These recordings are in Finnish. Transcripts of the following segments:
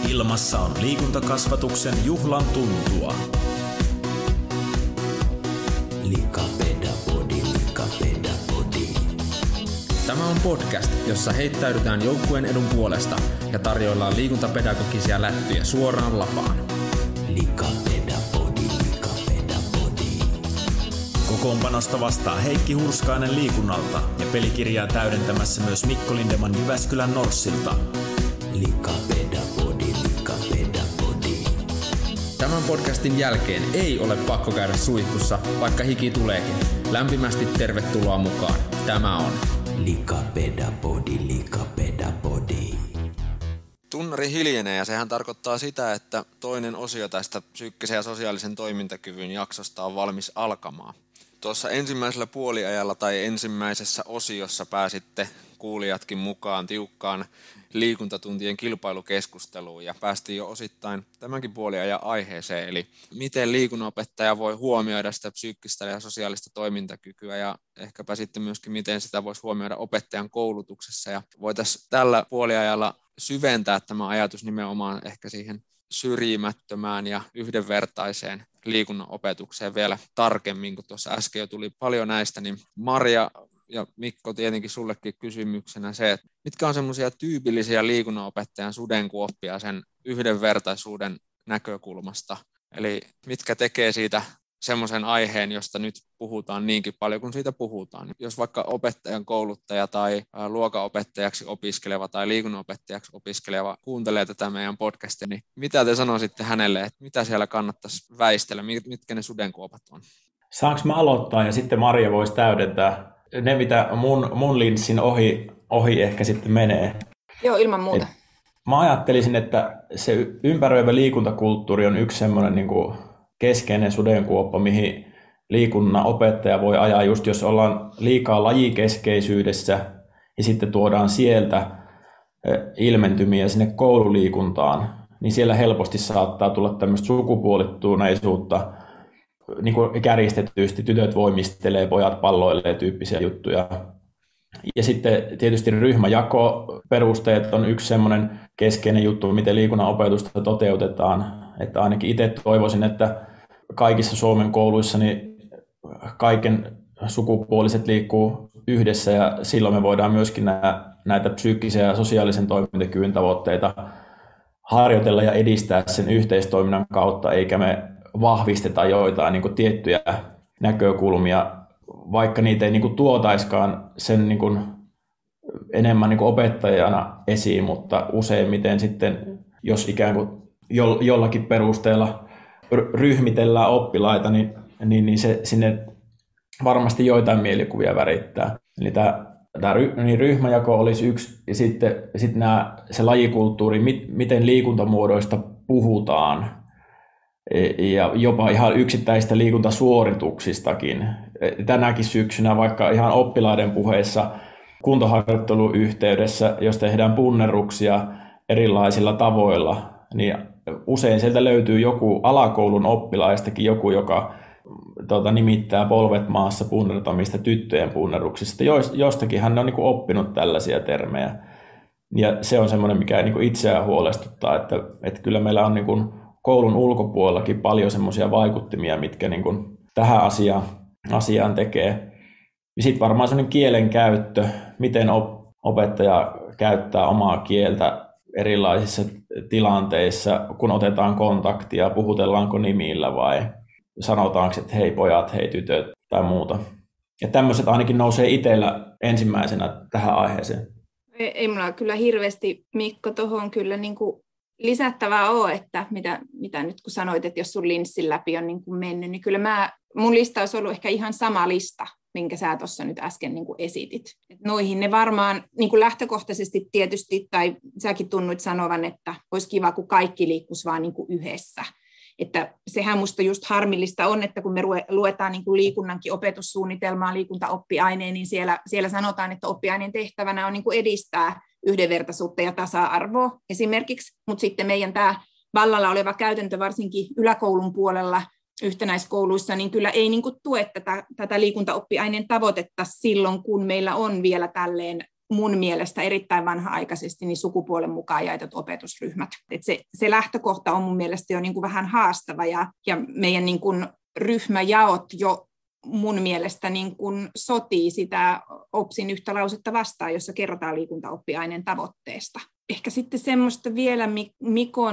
Ilmassa on liikuntakasvatuksen juhlan tuntua. Tämä on podcast, jossa heittäydytään joukkueen edun puolesta ja tarjoillaan liikuntapedagogisia lättyjä suoraan lapaan. Kokoonpanosta vastaa Heikki Hurskainen liikunnalta ja pelikirjaa täydentämässä myös Mikko Lindeman Jyväskylän Norssilta. Tämän podcastin jälkeen ei ole pakko käydä suihkussa, vaikka hiki tuleekin. Lämpimästi tervetuloa mukaan. Tämä on Likapedapodi. Tunnari hiljenee ja sehän tarkoittaa sitä, että toinen osio tästä psyykkisen ja sosiaalisen toimintakyvyn jaksosta on valmis alkamaan. Tuossa ensimmäisellä puoliajalla tai ensimmäisessä osiossa pääsitte kuulijatkin mukaan tiukkaan liikuntatuntien kilpailukeskusteluun ja päästiin jo osittain tämänkin puoliajan aiheeseen, eli miten liikunnanopettaja voi huomioida sitä psyykkistä ja sosiaalista toimintakykyä ja ehkäpä sitten myöskin miten sitä voisi huomioida opettajan koulutuksessa ja voitaisiin tällä puoliajalla syventää tämä ajatus nimenomaan ehkä siihen syrjimättömään ja yhdenvertaiseen liikunnan opetukseen vielä tarkemmin, kun tuossa äsken jo tuli paljon näistä, niin Marja ja Mikko tietenkin sullekin kysymyksenä se, että mitkä on semmoisia tyypillisiä liikunnanopettajan sudenkuoppia sen yhdenvertaisuuden näkökulmasta, eli mitkä tekee siitä semmoisen aiheen, josta nyt puhutaan niinkin paljon kuin siitä puhutaan. Jos vaikka opettajan kouluttaja tai luokanopettajaksi opiskeleva tai liikunnanopettajaksi opiskeleva kuuntelee tätä meidän podcastia, niin mitä te sanoisitte hänelle, että mitä siellä kannattaisi väistellä, mitkä ne sudenkuopat on? Saanko mä aloittaa ja sitten Marja voisi täydentää ne, mitä mun linssin ohi ehkä sitten menee? Joo, ilman muuta. Mä ajattelisin, että se ympäröivä liikuntakulttuuri on yksi semmoinen niin kuin keskeinen sudenkuoppa, mihin liikunnan opettaja voi ajaa, just jos ollaan liikaa lajikeskeisyydessä ja sitten tuodaan sieltä ilmentymiä sinne koululiikuntaan, niin siellä helposti saattaa tulla tämmöistä sukupuolittuneisuutta, niin kuin kärjistetysti tytöt voimistelee, pojat palloilee tyyppisiä juttuja. Ja sitten tietysti ryhmäjakoperusteet on yksi semmoinen keskeinen juttu, miten liikunnan opetusta toteutetaan. Että ainakin itse toivoisin, että kaikissa Suomen kouluissa niin kaiken sukupuoliset liikkuu yhdessä ja silloin me voidaan myöskin näitä psyykkisen ja sosiaalisen toimintakyvyn tavoitteita harjoitella ja edistää sen yhteistoiminnan kautta, eikä me vahvisteta joitain niin kuin tiettyjä näkökulmia, vaikka niitä ei niin kuin tuotaiskaan sen niin kuin enemmän niin kuin opettajana esiin, mutta useimmiten sitten, jos ikään kuin jollakin perusteella ryhmitellään oppilaita, niin se sinne varmasti joitain mielikuvia värittää. Eli tämä ryhmäjako olisi yksi, ja sitten se lajikulttuuri, miten liikuntamuodoista puhutaan, ja jopa ihan yksittäistä liikuntasuorituksistakin. Tänäkin syksynä vaikka ihan oppilaiden puheissa kuntoharjoittelun yhteydessä, jos tehdään punnerruksia erilaisilla tavoilla, niin usein sieltä löytyy joku alakoulun oppilaistakin joku, joka nimittää polvet maassa punnertamista tyttöjen punneruksista. Jostakin hän on niin kuin oppinut tällaisia termejä. Ja se on semmoinen, mikä niin kuin itseään huolestuttaa, että kyllä meillä on niin kuin koulun ulkopuolellakin paljon semmoisia vaikuttimia, mitkä niin kuin tähän asiaan tekee. Ja sitten varmaan semmoinen kielen käyttö, miten opettaja käyttää omaa kieltä erilaisissa tilanteissa, kun otetaan kontaktia, puhutellaanko nimillä vai sanotaanko, että hei pojat, hei tytöt tai muuta. Ja tämmöiset ainakin nousee itsellä ensimmäisenä tähän aiheeseen. Ei mulla kyllä hirveästi, Mikko, tuohon kyllä niin kuin lisättävää ole, että mitä nyt kun sanoit, että jos sun linssin läpi on niin kuin mennyt, niin kyllä mun lista olisi ollut ehkä ihan sama lista, minkä sä tuossa nyt äsken niin kuin esitit. Et noihin ne varmaan niin kuin lähtökohtaisesti tietysti, tai säkin tunnuit sanovan, että olisi kiva, kun kaikki liikkuisi vaan niin kuin yhdessä. Että sehän musta just harmillista on, että kun me luetaan niin kuin liikunnankin opetussuunnitelmaa, liikuntaoppiaineen, niin siellä sanotaan, että oppiaineen tehtävänä on niin kuin edistää yhdenvertaisuutta ja tasa-arvoa esimerkiksi, mutta sitten meidän tämä vallalla oleva käytäntö varsinkin yläkoulun puolella yhtenäiskouluissa, niin kyllä ei niin kuin tue tätä liikuntaoppiaineen tavoitetta silloin, kun meillä on vielä tälleen mun mielestä erittäin vanha-aikaisesti niin sukupuolen mukaan jaetut opetusryhmät. Et se lähtökohta on mun mielestä jo niin kuin vähän haastava ja meidän niin kuin ryhmäjaot jo mun mielestä niin kuin sotii sitä OPSin yhtä lausetta vastaan, jossa kerrotaan liikuntaoppiaineen tavoitteesta. Ehkä sitten semmoista vielä Mikon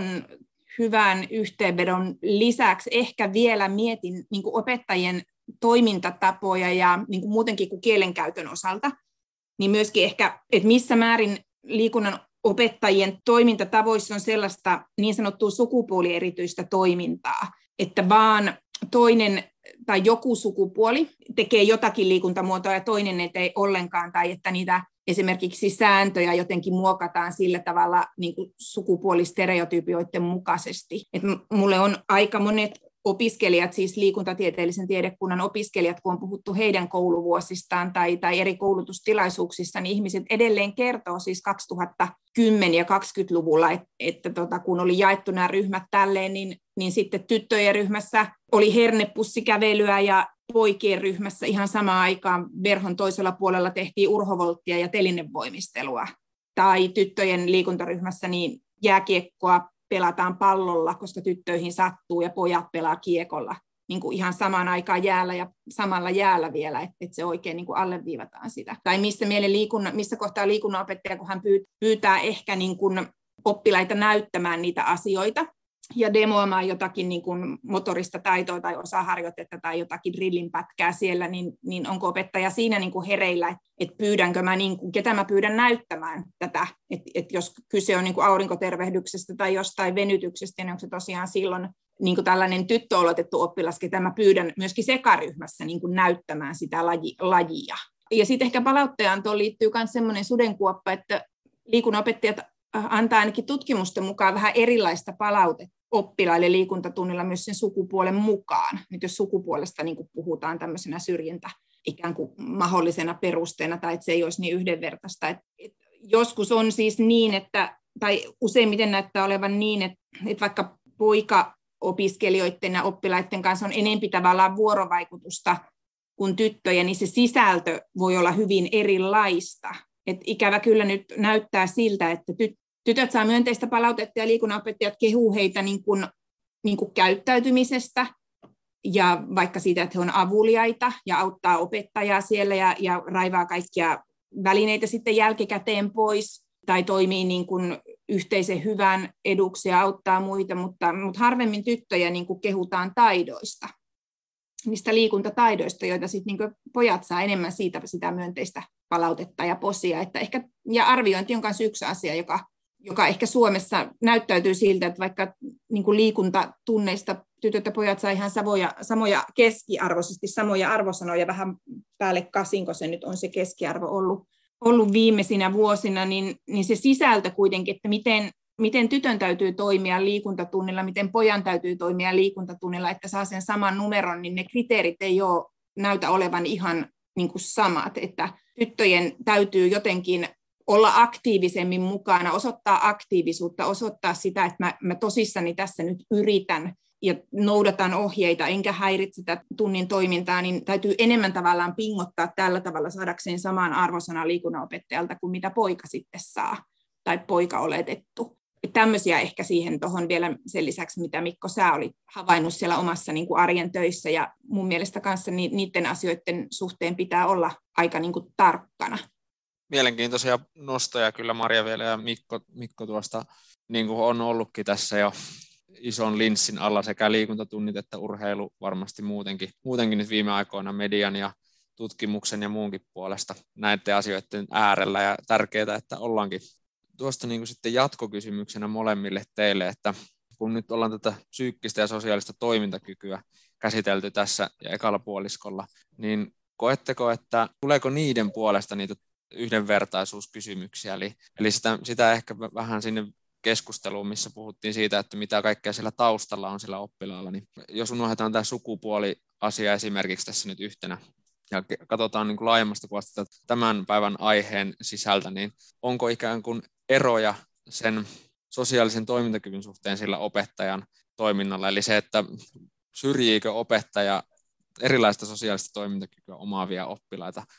hyvän yhteenvedon lisäksi ehkä vielä mietin niin kuin opettajien toimintatapoja ja niin kuin muutenkin kuin kielenkäytön osalta, niin myöskin ehkä, että missä määrin liikunnan opettajien toimintatavoissa on sellaista niin sanottua sukupuolierityistä toimintaa, että vaan toinen tai joku sukupuoli tekee jotakin liikuntamuotoa ja toinen ei ollenkaan, tai että niitä esimerkiksi sääntöjä jotenkin muokataan sillä tavalla niin kuin sukupuolistereotypioiden mukaisesti. Et mulle on aika monet opiskelijat, siis liikuntatieteellisen tiedekunnan opiskelijat, kun on puhuttu heidän kouluvuosistaan tai eri koulutustilaisuuksissa, niin ihmiset edelleen kertoo siis 2010- ja 20-luvulla, että kun oli jaettu nämä ryhmät tälleen, niin sitten tyttöjen ryhmässä oli hernepussikävelyä ja poikien ryhmässä ihan samaan aikaan verhon toisella puolella tehtiin urhovolttia ja telinevoimistelua. Tai tyttöjen liikuntaryhmässä niin jääkiekkoa pelataan pallolla, koska tyttöihin sattuu ja pojat pelaa kiekolla niin kuin ihan samaan aikaan jäällä ja samalla jäällä vielä, että se oikein niin kuin alleviivataan sitä. Tai missä kohtaa liikunnanopettaja, kun hän pyytää ehkä niin kuin oppilaita näyttämään niitä asioita ja demoamaan jotakin niin kuin motorista taitoa tai osaharjoitetta tai jotakin drillinpätkää siellä, niin onko opettaja siinä niin kuin hereillä, että pyydänkö mä, niin kuin, ketä mä pyydän näyttämään tätä, että jos kyse on niin kuin aurinkotervehdyksestä tai jostain venytyksestä, niin onko se tosiaan silloin niin kuin tällainen tyttöolotettu oppilas, ketä mä pyydän myöskin sekaryhmässä niin kuin näyttämään sitä lajia. Ja sitten ehkä palautteantoon liittyy myös semmoinen sudenkuoppa, että liikunnanopettajat antaa ainakin tutkimusten mukaan vähän erilaista palautetta oppilaille liikuntatunnilla myös sen sukupuolen mukaan. Nyt jos sukupuolesta niin kuin puhutaan tämmöisenä syrjintä ikään kuin mahdollisena perusteena tai että se ei olisi niin yhdenvertaista. Joskus on siis niin, tai useimmiten näyttää olevan niin, että vaikka poikaopiskelijoiden ja oppilaiden kanssa on enempi tavallaan vuorovaikutusta kuin tyttöjä, niin se sisältö voi olla hyvin erilaista. Et ikävä kyllä nyt näyttää siltä, että tytöt saa myönteistä palautetta ja liikunnanopettajat kehuu heitä niin kuin käyttäytymisestä ja vaikka siitä, että he on avuliaita ja auttaa opettajaa siellä ja raivaa kaikkia välineitä sitten jälkikäteen pois tai toimii niin kuin yhteisen hyvän eduksi ja auttaa muita, mutta harvemmin tyttöjä niin kuin kehutaan taidoista, niistä liikuntataidoista, joita sitten niin pojat saa enemmän siitä sitä myönteistä palautetta ja posia. Ja arviointi on myös yksi asia, joka ehkä Suomessa näyttäytyy siltä, että vaikka niin kuin liikuntatunneista tytöt ja pojat saa ihan samoja keskiarvoisesti samoja arvosanoja, vähän päälle 8, kun se nyt on se keskiarvo ollut viimeisinä vuosina, niin se sisältö kuitenkin, että miten tytön täytyy toimia liikuntatunnilla, miten pojan täytyy toimia liikuntatunnilla, että saa sen saman numeron, niin ne kriteerit ei ole näytä olevan ihan niin kuin samat, että tyttöjen täytyy jotenkin olla aktiivisemmin mukana, osoittaa aktiivisuutta, osoittaa sitä, että mä tosissani tässä nyt yritän ja noudatan ohjeita, enkä häiritse sitä tunnin toimintaa, niin täytyy enemmän tavallaan pingottaa tällä tavalla saadakseen saman arvosanan liikunnanopettajalta kuin mitä poika sitten saa tai poika oletettu. Tämmöisiä ehkä siihen tuohon vielä sen lisäksi, mitä Mikko sä olit havainnut siellä omassa niin kuin arjen töissä ja mun mielestä kanssa niiden asioiden suhteen pitää olla aika niin kuin tarkkana. Mielenkiintoisia nostoja kyllä Marja vielä ja Mikko tuosta, niin kuin on ollutkin tässä jo ison linssin alla sekä liikuntatunnit että urheilu varmasti muutenkin nyt viime aikoina median ja tutkimuksen ja muunkin puolesta näiden asioiden äärellä ja tärkeää, että ollaankin tuosta niin kuin sitten jatkokysymyksenä molemmille teille, että kun nyt ollaan tätä psyykkistä ja sosiaalista toimintakykyä käsitelty tässä ja ekalla puoliskolla, niin koetteko, että tuleeko niiden puolesta niitä yhdenvertaisuuskysymyksiä, eli sitä ehkä vähän sinne keskusteluun, missä puhuttiin siitä, että mitä kaikkea siellä taustalla on sillä oppilaalla, niin jos unohdetaan tämä sukupuoliasia esimerkiksi tässä nyt yhtenä, ja katsotaan niin kuin laajemmasta kuvasta tämän päivän aiheen sisältä, niin onko ikään kuin eroja sen sosiaalisen toimintakyvyn suhteen sillä opettajan toiminnalla, eli se, että syrjiikö opettaja erilaista sosiaalista toimintakykyä omaavia oppilaita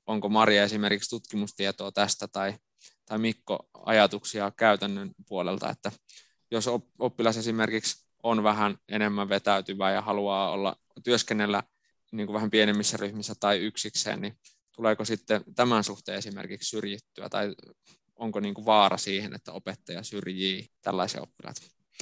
onko Maria esimerkiksi tutkimustietoa tästä tai Mikko ajatuksia käytännön puolelta, että jos oppilas esimerkiksi on vähän enemmän vetäytyvä ja haluaa työskennellä niin kuin vähän pienemmissä ryhmissä tai yksikseen, niin tuleeko sitten tämän suhteen esimerkiksi syrjittyä tai onko niin kuin vaara siihen, että opettaja syrjii tällaisia oppilaita?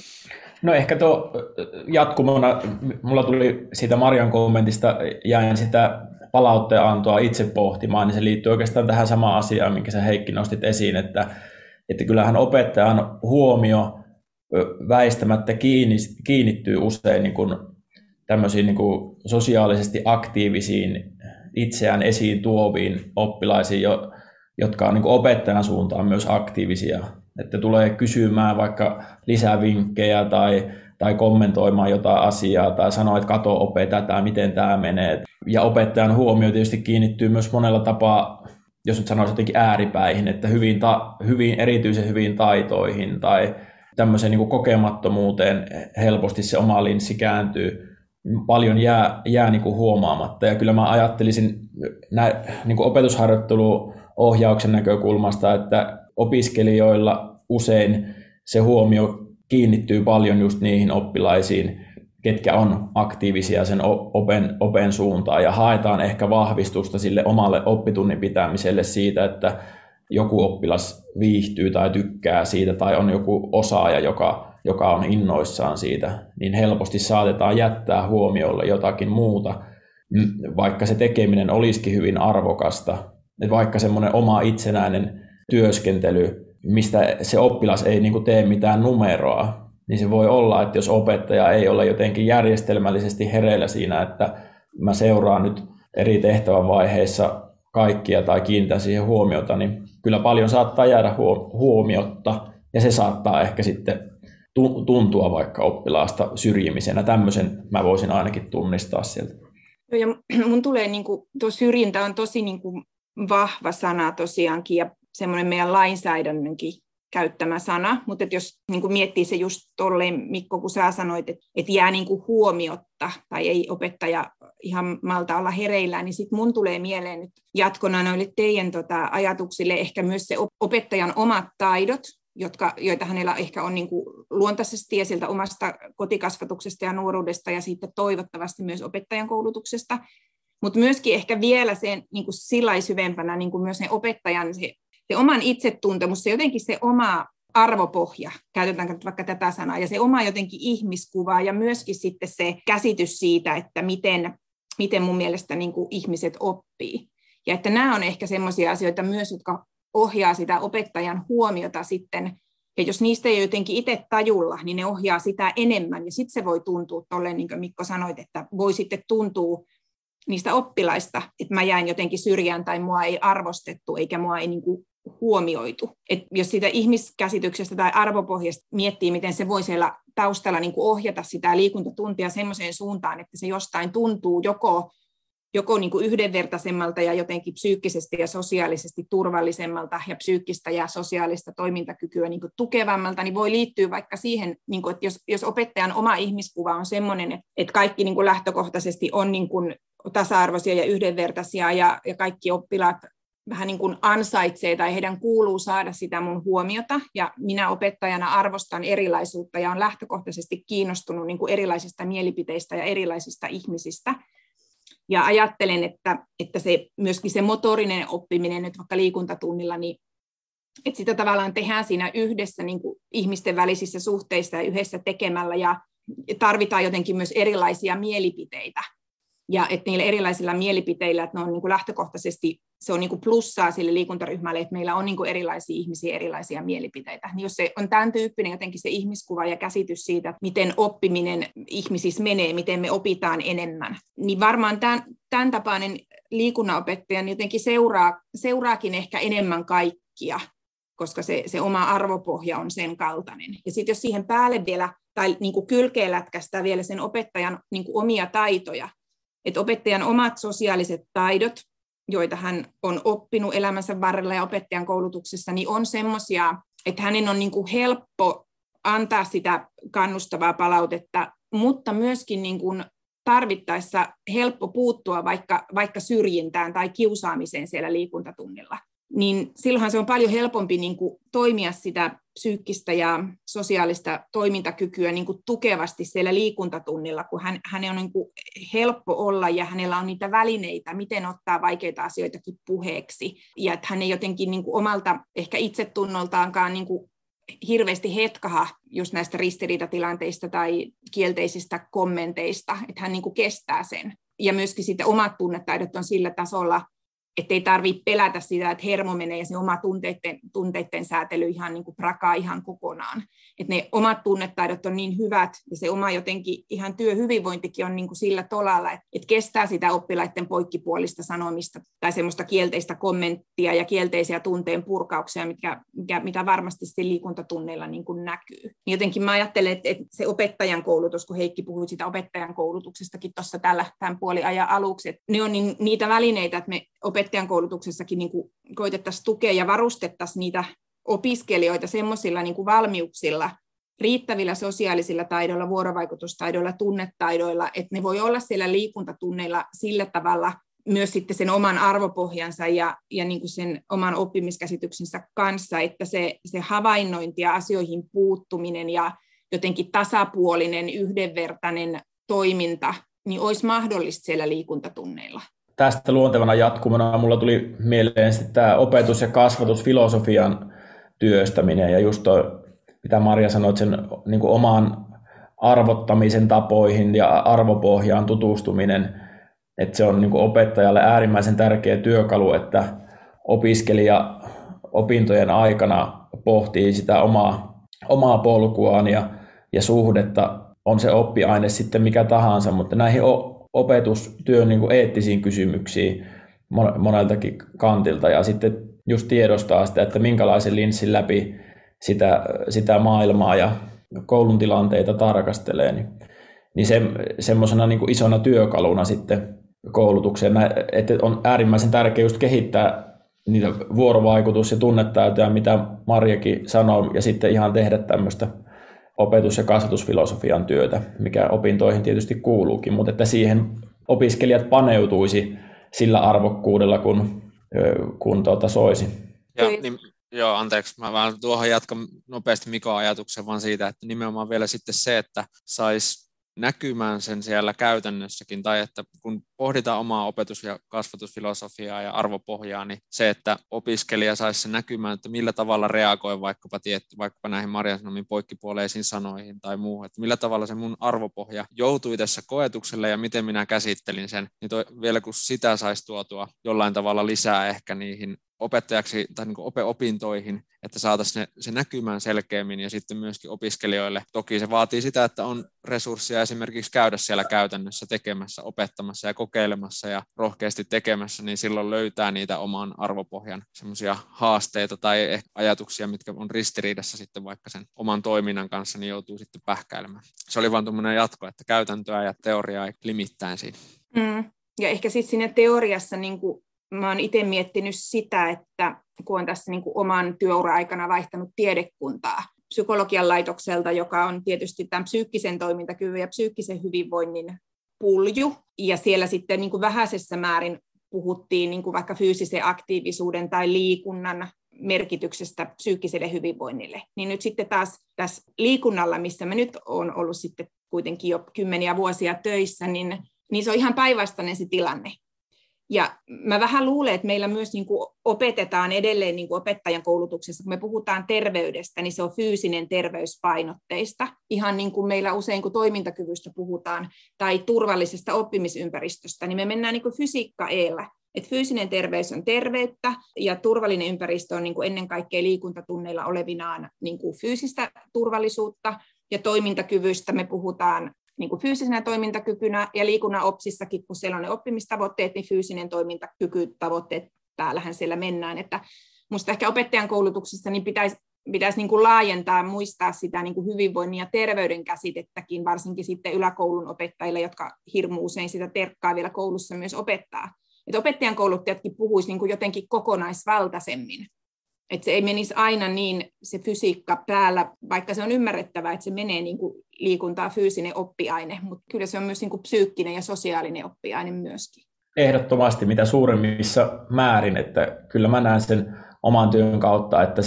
No ehkä tuo jatkumona, mulla tuli siitä Marian kommentista, jäin sitä palautteen antoa itse pohtimaan, niin se liittyy oikeastaan tähän samaan asiaan, minkä sä Heikki nostit esiin, että kyllähän opettajan huomio väistämättä kiinnittyy usein niin kuin tämmöisiin niin kuin sosiaalisesti aktiivisiin, itseään esiin tuoviin oppilaisiin, jotka on niin kuin opettajan suuntaan myös aktiivisia. Että tulee kysymään vaikka lisävinkkejä tai kommentoimaan jotain asiaa tai sanoo, että kato ope tätä, miten tämä menee. Ja opettajan huomio tietysti kiinnittyy myös monella tapaa, jos nyt sanoisi jotenkin ääripäihin, että erityisen hyviin taitoihin tai tämmöiseen niin kuin kokemattomuuteen helposti se oma linssi kääntyy. Paljon jää niin kuin huomaamatta. Ja kyllä mä ajattelisin niin kuin opetusharjoitteluohjauksen näkökulmasta, että opiskelijoilla usein se huomio kiinnittyy paljon just niihin oppilaisiin, ketkä on aktiivisia sen open suuntaan ja haetaan ehkä vahvistusta sille omalle oppitunnin pitämiselle siitä, että joku oppilas viihtyy tai tykkää siitä tai on joku osaaja, joka on innoissaan siitä, niin helposti saatetaan jättää huomiolle jotakin muuta, vaikka se tekeminen olisikin hyvin arvokasta, vaikka semmoinen oma itsenäinen työskentely, mistä se oppilas ei niin kuin tee mitään numeroa, niin se voi olla, että jos opettaja ei ole jotenkin järjestelmällisesti hereillä siinä, että mä seuraan nyt eri tehtävän vaiheissa kaikkia tai kiinnitän siihen huomiota, niin kyllä paljon saattaa jäädä huomiotta ja se saattaa ehkä sitten tuntua vaikka oppilaasta syrjimisenä. Tämmöisen mä voisin ainakin tunnistaa sieltä. Ja mun tulee, tuo syrjintä on tosi vahva sana tosiaankin ja semmoinen meidän lainsäädännönkin käyttämä sana, mutta jos miettii se just tolleen, Mikko, kun sä sanoit, että jää huomiotta tai ei opettaja ihan malta olla hereillään, niin sitten mun tulee mieleen nyt jatkona noille teidän ajatuksille ehkä myös se opettajan omat taidot, joita hänellä ehkä on luontaisesti ja sieltä omasta kotikasvatuksesta ja nuoruudesta ja sitten toivottavasti myös opettajan koulutuksesta, mutta myöskin ehkä vielä sen sillä syvempänä myös ne opettajan se oman itsetuntemus, se jotenkin se oma arvopohja, käytetäänkö nyt vaikka tätä sanaa, ja se oma jotenkin ihmiskuva ja myöskin sitten se käsitys siitä, että miten mun mielestä ihmiset oppii. Ja että nämä on ehkä semmoisia asioita myös, jotka ohjaa sitä opettajan huomiota sitten, ja jos niistä ei jotenkin itse tajulla, niin ne ohjaa sitä enemmän, ja sitten se voi tuntua tolleen, niin kuin Mikko sanoit, että voi sitten tuntua niistä oppilaista, että mä jäin jotenkin syrjään tai mua ei arvostettu eikä mua ei huomioitu. Et jos siitä ihmiskäsityksestä tai arvopohjasta miettii, miten se voi siellä taustalla ohjata sitä liikuntatuntia semmoiseen suuntaan, että se jostain tuntuu joko yhdenvertaisemmalta ja jotenkin psyykkisesti ja sosiaalisesti turvallisemmalta ja psyykkistä ja sosiaalista toimintakykyä tukevammalta, niin voi liittyä vaikka siihen, että jos opettajan oma ihmiskuva on semmoinen, että kaikki lähtökohtaisesti on tasa-arvoisia ja yhdenvertaisia ja kaikki oppilaat vähän ansaitsee tai heidän kuuluu saada sitä mun huomiota ja minä opettajana arvostan erilaisuutta ja on lähtökohtaisesti kiinnostunut erilaisista mielipiteistä ja erilaisista ihmisistä. Ja ajattelen, että se, myöskin se motorinen oppiminen nyt vaikka liikuntatunnilla, niin että sitä tavallaan tehdään siinä yhdessä ihmisten välisissä suhteissa ja yhdessä tekemällä ja tarvitaan jotenkin myös erilaisia mielipiteitä. Ja että niillä erilaisilla mielipiteillä, että ne on lähtökohtaisesti, se on plussaa sille liikuntaryhmälle, että meillä on erilaisia ihmisiä, erilaisia mielipiteitä. Niin jos se on tämän tyyppinen jotenkin se ihmiskuva ja käsitys siitä, että miten oppiminen ihmisissä menee, miten me opitaan enemmän, niin varmaan tämän tapainen liikunnanopettaja jotenkin seuraakin ehkä enemmän kaikkia, koska se oma arvopohja on sen kaltainen. Ja sitten jos siihen päälle vielä, tai kylkeen lätkästään vielä sen opettajan omia taitoja, että opettajan omat sosiaaliset taidot, joita hän on oppinut elämänsä varrella ja opettajan koulutuksessa, niin on semmoisia, että hänen on helppo antaa sitä kannustavaa palautetta, mutta myöskin tarvittaessa helppo puuttua vaikka syrjintään tai kiusaamiseen siellä liikuntatunnilla, niin silloinhan se on paljon helpompi niin kuin toimia sitä psyykkistä ja sosiaalista toimintakykyä niin kuin tukevasti siellä liikuntatunnilla, kun hänen on niin kuin helppo olla ja hänellä on niitä välineitä, miten ottaa vaikeita asioitakin puheeksi. Ja että hän ei jotenkin niin kuin omalta ehkä itsetunnoltaankaan niin kuin hirveästi hetkaha just näistä ristiriitatilanteista tai kielteisistä kommenteista, että hän niin kuin kestää sen. Ja myöskin sitten omat tunnetaidot on sillä tasolla, että ei tarvitse pelätä sitä, että hermo menee ja se oma tunteiden säätely ihan niin kuin prakaa ihan kokonaan. Että ne omat tunnetaidot on niin hyvät ja se oma jotenkin ihan työhyvinvointikin on niin kuin sillä tolalla, että kestää sitä oppilaiden poikkipuolista sanomista tai semmoista kielteistä kommenttia ja kielteisiä tunteen purkauksia, mitä varmasti sitten liikuntatunneilla niin kuin näkyy. Jotenkin mä ajattelen, että se opettajan koulutus, kun Heikki puhui sitä opettajan koulutuksestakin tuossa tämän puoliajan aluksi, että ne on niitä välineitä, että me opettajan koulutuksessakin niin kuin koitettaisiin tukea ja varustettaisiin niitä opiskelijoita semmoisilla niin kuin valmiuksilla, riittävillä sosiaalisilla taidoilla, vuorovaikutustaidoilla, tunnetaidoilla, että ne voi olla siellä liikuntatunneilla sillä tavalla myös sitten sen oman arvopohjansa ja niin kuin sen oman oppimiskäsityksensä kanssa, että se havainnointi ja asioihin puuttuminen ja jotenkin tasapuolinen, yhdenvertainen toiminta, niin olisi mahdollista siellä liikuntatunneilla. Tästä luontevana jatkumona mulla tuli mieleen sitten tämä opetus- ja kasvatusfilosofian työstäminen ja just toi, mitä Marja sanoi, sen niin kuin oman arvottamisen tapoihin ja arvopohjaan tutustuminen, että se on niin kuin opettajalle äärimmäisen tärkeä työkalu, että opiskelija opintojen aikana pohtii sitä omaa polkuaan ja suhdetta, on se oppiaine sitten mikä tahansa, mutta näihin opetustyön niin kuin eettisiin kysymyksiin moneltakin kantilta ja sitten just tiedostaa sitä, että minkälaisen linssin läpi sitä maailmaa ja koulun tilanteita tarkastelee, niin semmoisena niin kuin isona työkaluna sitten koulutukseen, että on äärimmäisen tärkeää just kehittää niitä vuorovaikutus- ja tunnetaitoja, mitä Marjakin sanoi, ja sitten ihan tehdä tämmöistä opetus- ja kasvatusfilosofian työtä, mikä opintoihin tietysti kuuluukin, mutta että siihen opiskelijat paneutuisi sillä arvokkuudella, kun soisi. Joo, anteeksi, mä vaan tuohon jatkan nopeasti Mikon ajatuksen vaan siitä, että nimenomaan vielä sitten se, että saisi näkymään sen siellä käytännössäkin, tai että kun pohditaan omaa opetus- ja kasvatusfilosofiaa ja arvopohjaa, niin se, että opiskelija saisi sen näkymään, että millä tavalla reagoi vaikkapa näihin Marjan sanomiin poikkipuoleisiin sanoihin tai muuhun, että millä tavalla se mun arvopohja joutui tässä koetukselle ja miten minä käsittelin sen, niin vielä kun sitä saisi tuotua jollain tavalla lisää ehkä niihin opettajaksi tai niin kuin opintoihin, että saataisiin se näkymään selkeämmin ja sitten myöskin opiskelijoille. Toki se vaatii sitä, että on resursseja esimerkiksi käydä siellä käytännössä tekemässä, opettamassa ja kokeilemassa ja rohkeasti tekemässä, niin silloin löytää niitä oman arvopohjan semmoisia haasteita tai ajatuksia, mitkä on ristiriidassa sitten vaikka sen oman toiminnan kanssa, niin joutuu sitten pähkäilemään. Se oli vaan tuommoinen jatko, että käytäntöä ja teoriaa limittäin siinä. Ja ehkä sitten siinä teoriassa niin kuin mä oon itse miettinyt sitä, että kun on tässä niin kuin oman työura-aikana vaihtanut tiedekuntaa psykologian laitokselta, joka on tietysti tämän psyykkisen toimintakyvyn ja psyykkisen hyvinvoinnin pulju, ja siellä sitten niin kuin vähäisessä määrin puhuttiin niin kuin vaikka fyysisen aktiivisuuden tai liikunnan merkityksestä psyykkiselle hyvinvoinnille. Niin nyt sitten taas tässä liikunnalla, missä mä nyt olen ollut sitten kuitenkin jo kymmeniä vuosia töissä, niin se on ihan päinvastainen se tilanne. Ja mä vähän luulen, että meillä myös niin kuin opetetaan edelleen niin kuin opettajan koulutuksessa, kun me puhutaan terveydestä, niin se on fyysinen terveyspainotteista. Ihan niin kuin meillä usein, kun toimintakyvystä puhutaan tai turvallisesta oppimisympäristöstä, niin me mennään niin kuin fysiikka edellä. Että fyysinen terveys on terveyttä ja turvallinen ympäristö on niin kuin ennen kaikkea liikuntatunneilla olevinaan niin kuin fyysistä turvallisuutta ja toimintakyvystä me puhutaan niin kuin fyysisenä toimintakykynä ja liikunnan opsissakin, kun siellä on ne oppimistavoitteet, niin fyysinen toimintakykytavoitteet, täällähän siellä mennään. Että musta ehkä opettajan koulutuksessa niin pitäisi niin kuin laajentaa, muistaa sitä niin kuin hyvinvoinnin ja terveyden käsitettäkin, varsinkin sitten yläkoulun opettajille, jotka hirmu usein sitä terkkaa vielä koulussa myös opettaa. Että opettajan kouluttajatkin puhuisi niin kuin jotenkin kokonaisvaltaisemmin Että se ei menisi aina niin se fysiikka päällä, vaikka se on ymmärrettävää, että se menee niin kuin liikuntaa fyysinen oppiaine, mutta kyllä se on myös niin kuin psyykkinen ja sosiaalinen oppiaine myöskin. Ehdottomasti mitä suuremmissa määrin, että kyllä mä näen sen oman työn kautta, että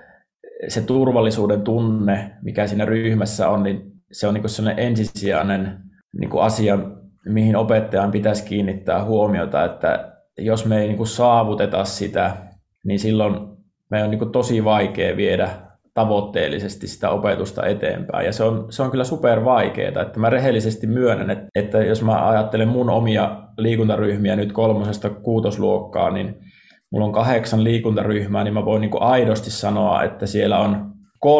se turvallisuuden tunne, mikä siinä ryhmässä on, niin se on niin kuin sellainen ensisijainen niin kuin asia, mihin opettajan pitäisi kiinnittää huomiota, että jos me ei niin kuin saavuteta sitä, niin silloin meidän on niin kuin tosi vaikea viedä tavoitteellisesti sitä opetusta eteenpäin. Ja se on kyllä super vaikeaa, että mä rehellisesti myönnän, että jos mä ajattelen mun omia liikuntaryhmiä nyt 3.–6. luokkaa, niin mulla on 8 liikuntaryhmää, niin mä voin niin kuin aidosti sanoa, että siellä on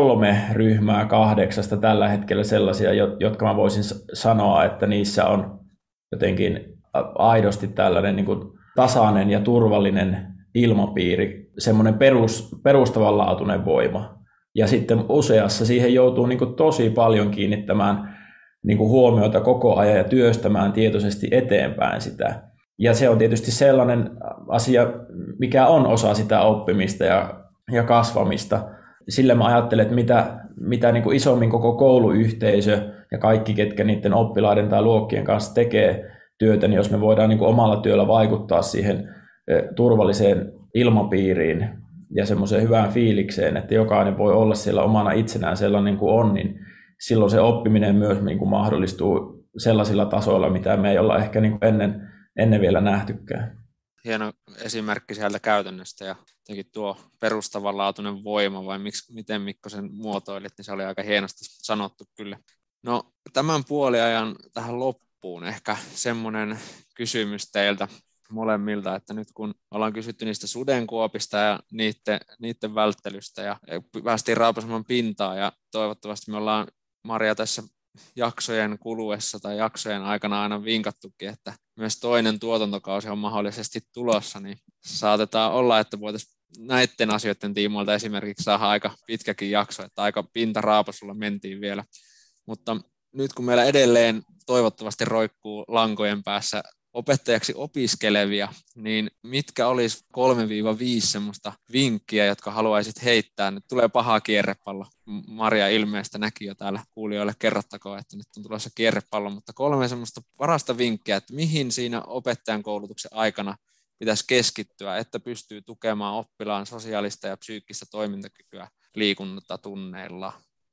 3 ryhmää 8 tällä hetkellä sellaisia, jotka mä voisin sanoa, että niissä on jotenkin aidosti tällainen niin kuin tasainen ja turvallinen ilmapiiri, semmoinen perustavanlaatuinen voima. Ja sitten useassa siihen joutuu niin kuin tosi paljon kiinnittämään niin kuin huomiota koko ajan ja työstämään tietoisesti eteenpäin sitä. Ja se on tietysti sellainen asia, mikä on osa sitä oppimista ja kasvamista. Sillä mä ajattelen, että mitä niin kuin isommin koko kouluyhteisö ja kaikki, ketkä niiden oppilaiden tai luokkien kanssa tekee työtä, niin jos me voidaan niin kuin omalla työllä vaikuttaa siihen turvalliseen ilmapiiriin ja semmoiseen hyvään fiilikseen, että jokainen voi olla siellä omana itsenään sellainen kuin on, niin silloin se oppiminen myös niin kuin mahdollistuu sellaisilla tasoilla, mitä me ei olla ehkä niin kuin ennen vielä nähtykään. Hieno esimerkki sieltä käytännöstä ja jotenkin tuo perustavanlaatuinen voima, vai miten Mikko sen muotoilit, niin se oli aika hienosti sanottu kyllä. No tämän puoliajan tähän loppuun ehkä semmoinen kysymys teiltä molemmilta, että nyt kun ollaan kysytty niistä sudenkuopista ja niiden välttelystä ja päästiin raapasemaan pintaa ja toivottavasti me ollaan Maria tässä jaksojen kuluessa tai jaksojen aikana aina vinkattukin, että myös toinen tuotantokausi on mahdollisesti tulossa, niin saatetaan olla, että voitaisiin näiden asioiden tiimoilta esimerkiksi saada aika pitkäkin jakso, että aika pintaraapasulla mentiin vielä, mutta nyt kun meillä edelleen toivottavasti roikkuu lankojen päässä opettajaksi opiskelevia, niin mitkä olisi 3-5 semmoista vinkkiä, jotka haluaisit heittää? Nyt tulee paha kierrepallo. Maria ilmeistä näki jo täällä kuulijoille, kerrottakoon, että nyt on tulossa kierrepallo, mutta 3 semmoista parasta vinkkiä, että mihin siinä opettajan koulutuksen aikana pitäisi keskittyä, että pystyy tukemaan oppilaan sosiaalista ja psyykkistä toimintakykyä liikuntatunneilla.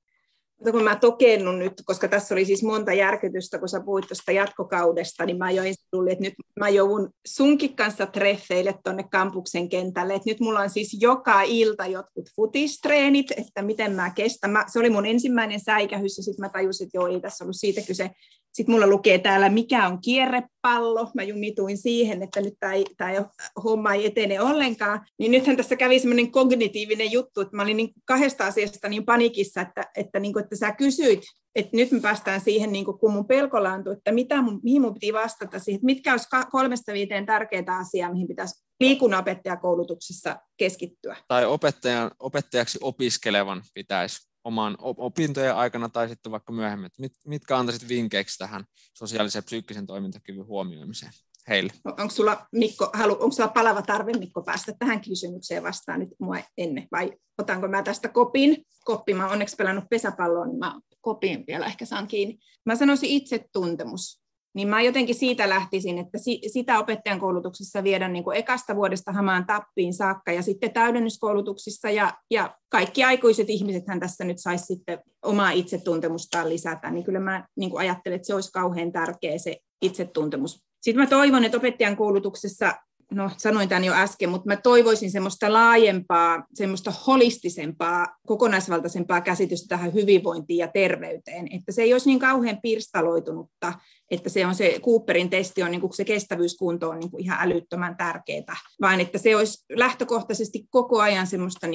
Kun mä tokennun nyt, koska tässä oli siis monta järkytystä, kun sä puhuit tuosta jatkokaudesta, niin mä jo ensin tulin, että nyt mä joudun sunkin kanssa treffeille tuonne kampuksen kentälle. Että nyt mulla on siis joka ilta jotkut futistreenit, että miten mä kestän. Se oli mun ensimmäinen säikähys ja sitten mä tajusin, että joo, ei tässä ollut siitä kyse. Sitten mulla lukee täällä, mikä on kierrepallo. Mä jumituin siihen, että nyt tämä homma ei etene ollenkaan. Niin nythän tässä kävi semmoinen kognitiivinen juttu, että mä olin niin 2 asiasta niin panikissa, että sä kysyit, että nyt me päästään siihen, niin kun mun pelko laantui, että mihin mun piti vastata siihen, että mitkä olisi 3-5 tärkeää asiaa, mihin pitäisi liikunnanopettajakoulutuksessa keskittyä. Tai opettajaksi opiskelevan pitäisi oman opintojen aikana tai sitten vaikka myöhemmin. Mitkä antaisit vinkkeiksi tähän sosiaalisen ja psyykkisen toimintakyvyn huomioimiseen heille? Onko sulla, Mikko, onko sulla palava tarve, Mikko, päästä tähän kysymykseen vastaan nyt mua ennen, vai otanko mä tästä kopin? Mä oon onneksi pelannut pesäpalloa, niin mä kopin vielä ehkä saan kiinni. Mä sanoisin itsetuntemus. Niin mä jotenkin siitä lähtisin, että sitä opettajan koulutuksessa viedään niin kuin ekasta vuodesta hamaan tappiin saakka ja sitten täydennyskoulutuksissa ja kaikki aikuiset ihmisethän tässä nyt saisi sitten omaa itsetuntemustaan lisätä, niin kyllä mä niin kuin ajattelen, että se olisi kauhean tärkeä se itsetuntemus. Sitten mä toivon, että opettajan koulutuksessa, no sanoin tämän jo äsken, mutta mä toivoisin semmoista laajempaa, semmoista holistisempaa, kokonaisvaltaisempaa käsitystä tähän hyvinvointiin ja terveyteen, että se ei olisi niin kauhean pirstaloitunutta, että se Cooperin testi on, niin kuin se kestävyyskunto on niin kuin ihan älyttömän tärkeää, vaan että se olisi lähtökohtaisesti koko ajan semmoista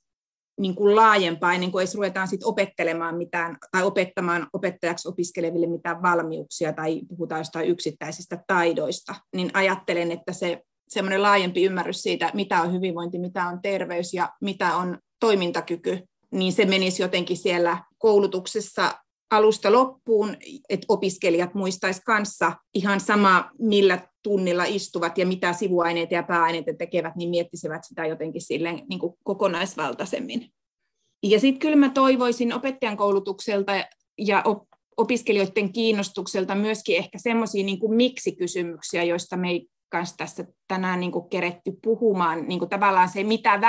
niin kuin laajempaa, ennen kuin edes ruvetaan sit opettelemaan mitään tai opettamaan opettajaksi opiskeleville mitään valmiuksia tai puhutaan jostain yksittäisistä taidoista, niin ajattelen, että se semmoinen laajempi ymmärrys siitä, mitä on hyvinvointi, mitä on terveys ja mitä on toimintakyky, niin se menisi jotenkin siellä koulutuksessa alusta loppuun, että opiskelijat muistaisi kanssa ihan sama, millä tunnilla istuvat ja mitä sivuaineita ja pääaineita tekevät, niin miettisivät sitä jotenkin silleen niin kuin kokonaisvaltaisemmin. Ja sitten kyllä mä toivoisin opettajan koulutukselta ja opiskelijoiden kiinnostukselta myöskin ehkä semmoisia niin kuin miksi-kysymyksiä, joista me ei kanssa tässä tänään niin kuin keretty puhumaan, niin kuin tavallaan se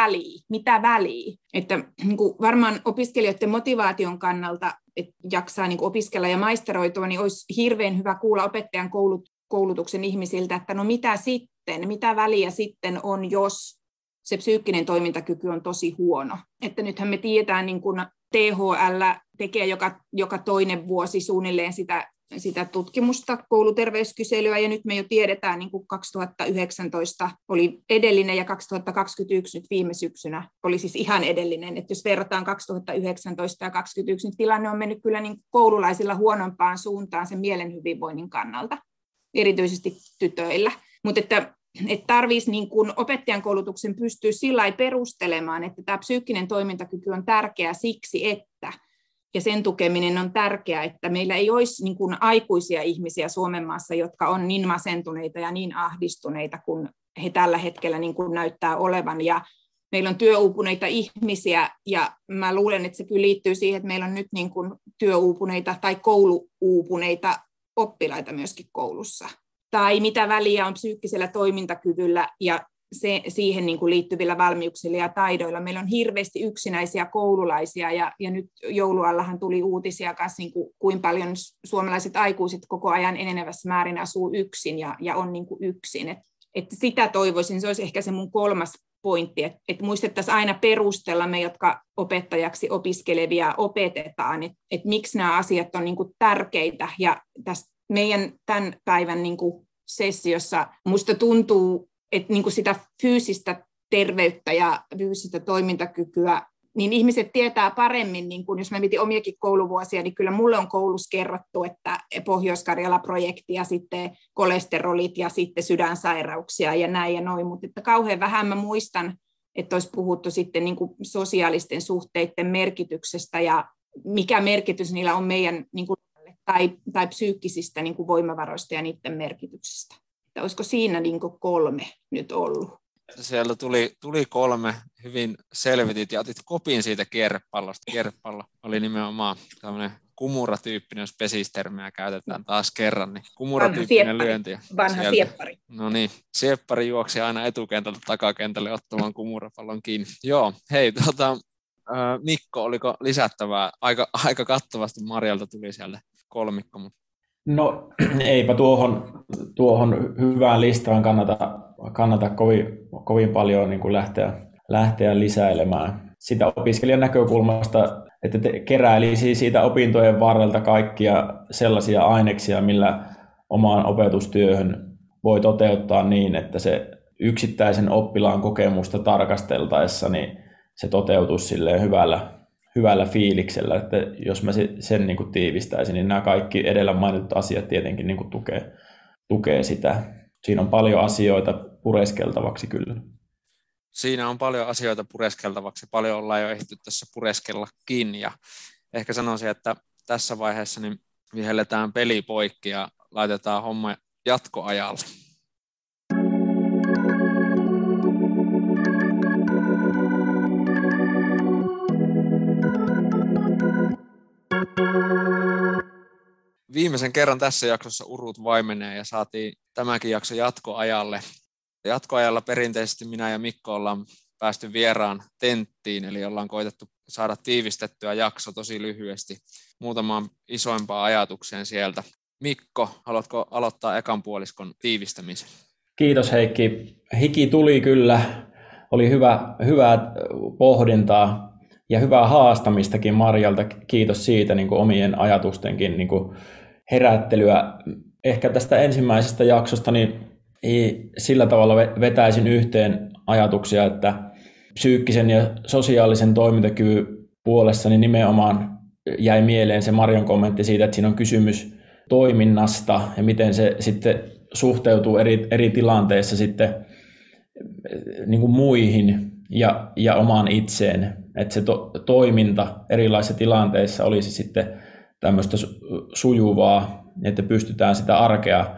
mitä väliä. Että niin kuin varmaan opiskelijoiden motivaation kannalta, että jaksaa niin kuin opiskella ja maisteroitua, niin olisi hirveän hyvä kuulla opettajan koulutuksen ihmisiltä, että no mitä väliä sitten on, jos se psyykkinen toimintakyky on tosi huono. Että nythän me tiedetään, niin kuin THL tekee joka toinen vuosi suunnilleen sitä tutkimusta, kouluterveyskyselyä, ja nyt me jo tiedetään, niin kuin 2019 oli edellinen ja 2021 nyt viime syksynä oli siis ihan edellinen, että jos verrataan 2019 ja 2021, niin tilanne on mennyt kyllä niin koululaisilla huonompaan suuntaan sen mielen hyvinvoinnin kannalta, erityisesti tytöillä. Mutta että tarvitsisi niin kuin opettajan koulutuksen pystyä sillä lailla perustelemaan, että tämä psyykkinen toimintakyky on tärkeä siksi, että ja sen tukeminen on tärkeää, että meillä ei olisi niin kuin aikuisia ihmisiä Suomen maassa, jotka on niin masentuneita ja niin ahdistuneita kuin he tällä hetkellä niin kuin näyttää olevan. Ja meillä on työuupuneita ihmisiä, ja mä luulen, että se kyllä liittyy siihen, että meillä on nyt niin kuin työuupuneita tai kouluuupuneita oppilaita myöskin koulussa. Tai mitä väliä on psyykkisellä toimintakyvyllä ja siihen niin kuin liittyvillä valmiuksilla ja taidoilla. Meillä on hirveästi yksinäisiä koululaisia, ja nyt jouluallahan tuli uutisia kanssa, niin kuin paljon suomalaiset aikuiset koko ajan enenevässä määrin asuu yksin ja on niin kuin yksin. Että sitä toivoisin, se olisi ehkä se mun kolmas pointti, että muistettaisiin aina perustella me, jotka opettajaksi opiskelevia opetetaan, että miksi nämä asiat on niin kuin tärkeitä, ja tässä meidän tämän päivän niin kuin sessiossa musta tuntuu, että niin kuin sitä fyysistä terveyttä ja fyysistä toimintakykyä, niin ihmiset tietää paremmin, niin kuin jos mä mietin omiakin kouluvuosia, niin kyllä mulle on koulussa kerrottu, että Pohjois-Karjala-projekti ja sitten kolesterolit ja sitten sydänsairauksia ja näin ja noin, mutta että kauhean vähän mä muistan, että olisi puhuttu sitten niin kuin sosiaalisten suhteiden merkityksestä ja mikä merkitys niillä on meidän niin kuin, tai psyykkisistä niin kuin voimavaroista ja niiden merkityksestä. Että olisiko siinä niin kuin 3 nyt ollut? Siellä tuli 3, hyvin selvitit ja otit kopin siitä kierrepallosta. Kierrepallo oli nimenomaan tämmöinen kumura-tyyppinen, jos pesistermiä käytetään taas kerran, niin kumura-tyyppinen lyönti. Vanha sieppari. No niin, sieppari juoksi aina etukentältä takakentälle ottamaan kumurapallon kiinni. Joo, hei, Mikko, oliko lisättävää? Aika kattavasti Marjalta tuli sieltä kolmikko. No eipä tuohon hyvään listaan kannata kovin paljon niin kuin lähteä lisäilemään. Sitä opiskelijan näkökulmasta, että keräilisi siitä opintojen varrelta kaikkia sellaisia aineksia, millä omaan opetustyöhön voi toteuttaa niin, että se yksittäisen oppilaan kokemusta tarkasteltaessa, niin se toteutuisi silleen hyvällä fiiliksellä, että jos mä sen niin kuin tiivistäisin, niin nämä kaikki edellä mainitut asiat tietenkin niin kuin tukee sitä. Siinä on paljon asioita pureskeltavaksi kyllä. Siinä on paljon asioita pureskeltavaksi, paljon ollaan jo ehditty tässä pureskellakin, ja ehkä sanoisin, että tässä vaiheessa niin vihelletään peli poikki ja laitetaan homma jatkoajalle. Viimeisen kerran tässä jaksossa urut vaimenee ja saatiin tämäkin jakso jatkoajalle. Jatkoajalla perinteisesti minä ja Mikko ollaan päästy vieraan tenttiin, eli ollaan koitettu saada tiivistettyä jakso tosi lyhyesti muutamaan isoimpaan ajatukseen sieltä. Mikko, haluatko aloittaa ekan puoliskon tiivistämisen? Kiitos Heikki. Hiki tuli kyllä. Oli hyvää pohdintaa ja hyvää haastamistakin Marjalta. Kiitos siitä niin kuin omien ajatustenkin niin kuin herättelyä. Ehkä tästä ensimmäisestä jaksosta niin sillä tavalla vetäisin yhteen ajatuksia, että psyykkisen ja sosiaalisen toimintakyvyn puolessa niin nimenomaan jäi mieleen se Marjan kommentti siitä, että siinä on kysymys toiminnasta ja miten se sitten suhteutuu eri tilanteissa sitten niin kuin muihin ja omaan itseen. Että se toiminta erilaisissa tilanteissa olisi sitten tämmöistä sujuvaa, että pystytään sitä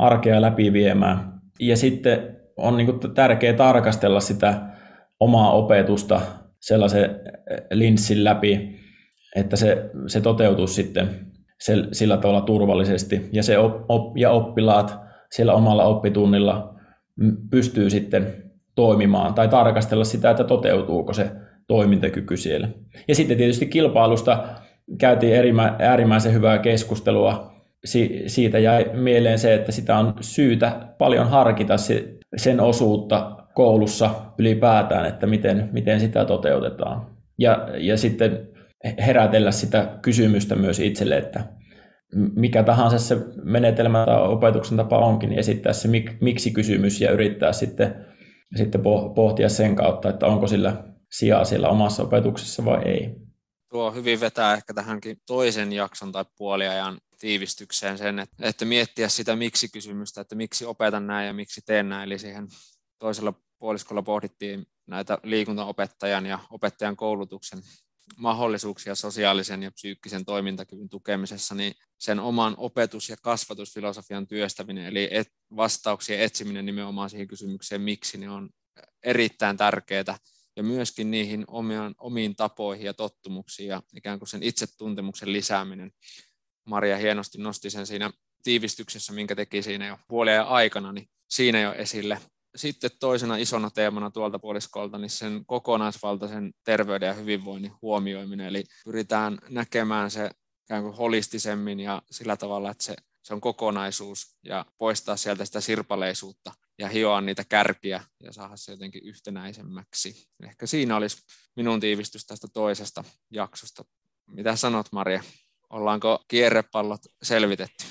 arkea läpi viemään. Ja sitten on niin kuin tärkeää tarkastella sitä omaa opetusta sellaisen linssin läpi, että se toteutuu sitten sillä tavalla turvallisesti. Ja oppilaat siellä omalla oppitunnilla pystyy sitten toimimaan tai tarkastella sitä, että toteutuuko se toimintakyky siellä. Ja sitten tietysti kilpailusta käytiin äärimmäisen hyvää keskustelua. Siitä jäi mieleen se, että sitä on syytä paljon harkita sen osuutta koulussa ylipäätään, että miten sitä toteutetaan. Ja sitten herätellä sitä kysymystä myös itselle, että mikä tahansa se menetelmä tai opetuksen tapa onkin, niin esittää se miksi-kysymys ja yrittää sitten pohtia sen kautta, että onko sillä sijaa siellä omassa opetuksessa vai ei. Tuo hyvin vetää ehkä tähänkin toisen jakson tai puoliajan tiivistykseen sen, että miettiä sitä miksi-kysymystä, että miksi opetan näin ja miksi teen näin. Eli siihen toisella puoliskolla pohdittiin näitä liikuntaopettajan ja opettajan koulutuksen mahdollisuuksia sosiaalisen ja psyykkisen toimintakyvyn tukemisessa, niin sen oman opetus- ja kasvatusfilosofian työstäminen, eli vastauksien etsiminen nimenomaan siihen kysymykseen miksi, niin on erittäin tärkeää. Ja myöskin niihin omiin tapoihin ja tottumuksiin ja ikään kuin sen itsetuntemuksen lisääminen. Maria hienosti nosti sen siinä tiivistyksessä, minkä teki siinä jo puoliajan aikana, niin siinä jo esille. Sitten toisena isona teemana tuolta puoliskolta, niin sen kokonaisvaltaisen terveyden ja hyvinvoinnin huomioiminen. Eli pyritään näkemään se ikään kuin holistisemmin ja sillä tavalla, että se on kokonaisuus ja poistaa sieltä sitä sirpaleisuutta ja hioa niitä kärkiä ja saada se jotenkin yhtenäisemmäksi. Ehkä siinä olisi minun tiivistys tästä toisesta jaksosta. Mitä sanot, Maria? Ollaanko kierrepallot selvitetty?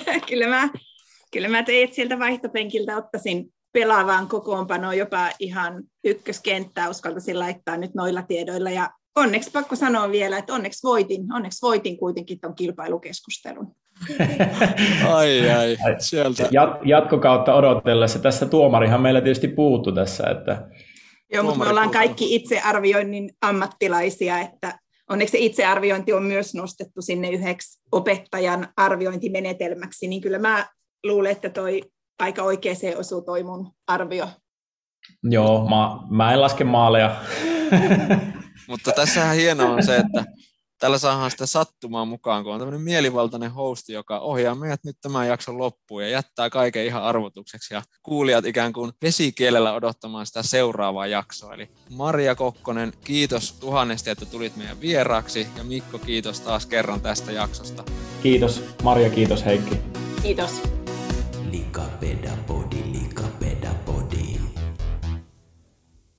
Kyllä mä teet sieltä vaihtopenkiltä ottaisin pelaavaan kokoonpanoon jopa ihan ykköskenttää, uskaltaisin laittaa nyt noilla tiedoilla. Ja onneksi pakko sanoa vielä, että onneksi voitin kuitenkin tuon kilpailukeskustelun. Ai, sieltä. Jatkokautta odotellessa. Tässä tuomarihan meillä tietysti puuttu tässä. Että... Joo, mutta me ollaan kaikki itsearvioinnin ammattilaisia, että onneksi se itsearviointi on myös nostettu sinne yhdeksi opettajan arviointimenetelmäksi, niin kyllä mä luulen, että toi aika oikeaan osuu toi mun arvio. Joo, mä en laske maaleja. Mutta tässähän hienoa on se, että tällä saadaan sitä sattumaa mukaan, kun on tämmöinen mielivaltainen hosti, joka ohjaa meidät nyt tämän jakson loppuun ja jättää kaiken ihan arvotukseksi ja kuulijat ikään kuin vesikielellä odottamaan sitä seuraavaa jaksoa. Eli Maria Kokkonen, kiitos tuhannesti, että tulit meidän vieraaksi ja Mikko, kiitos taas kerran tästä jaksosta. Kiitos Maria, kiitos Heikki. Kiitos. Likapeda, body likapeda.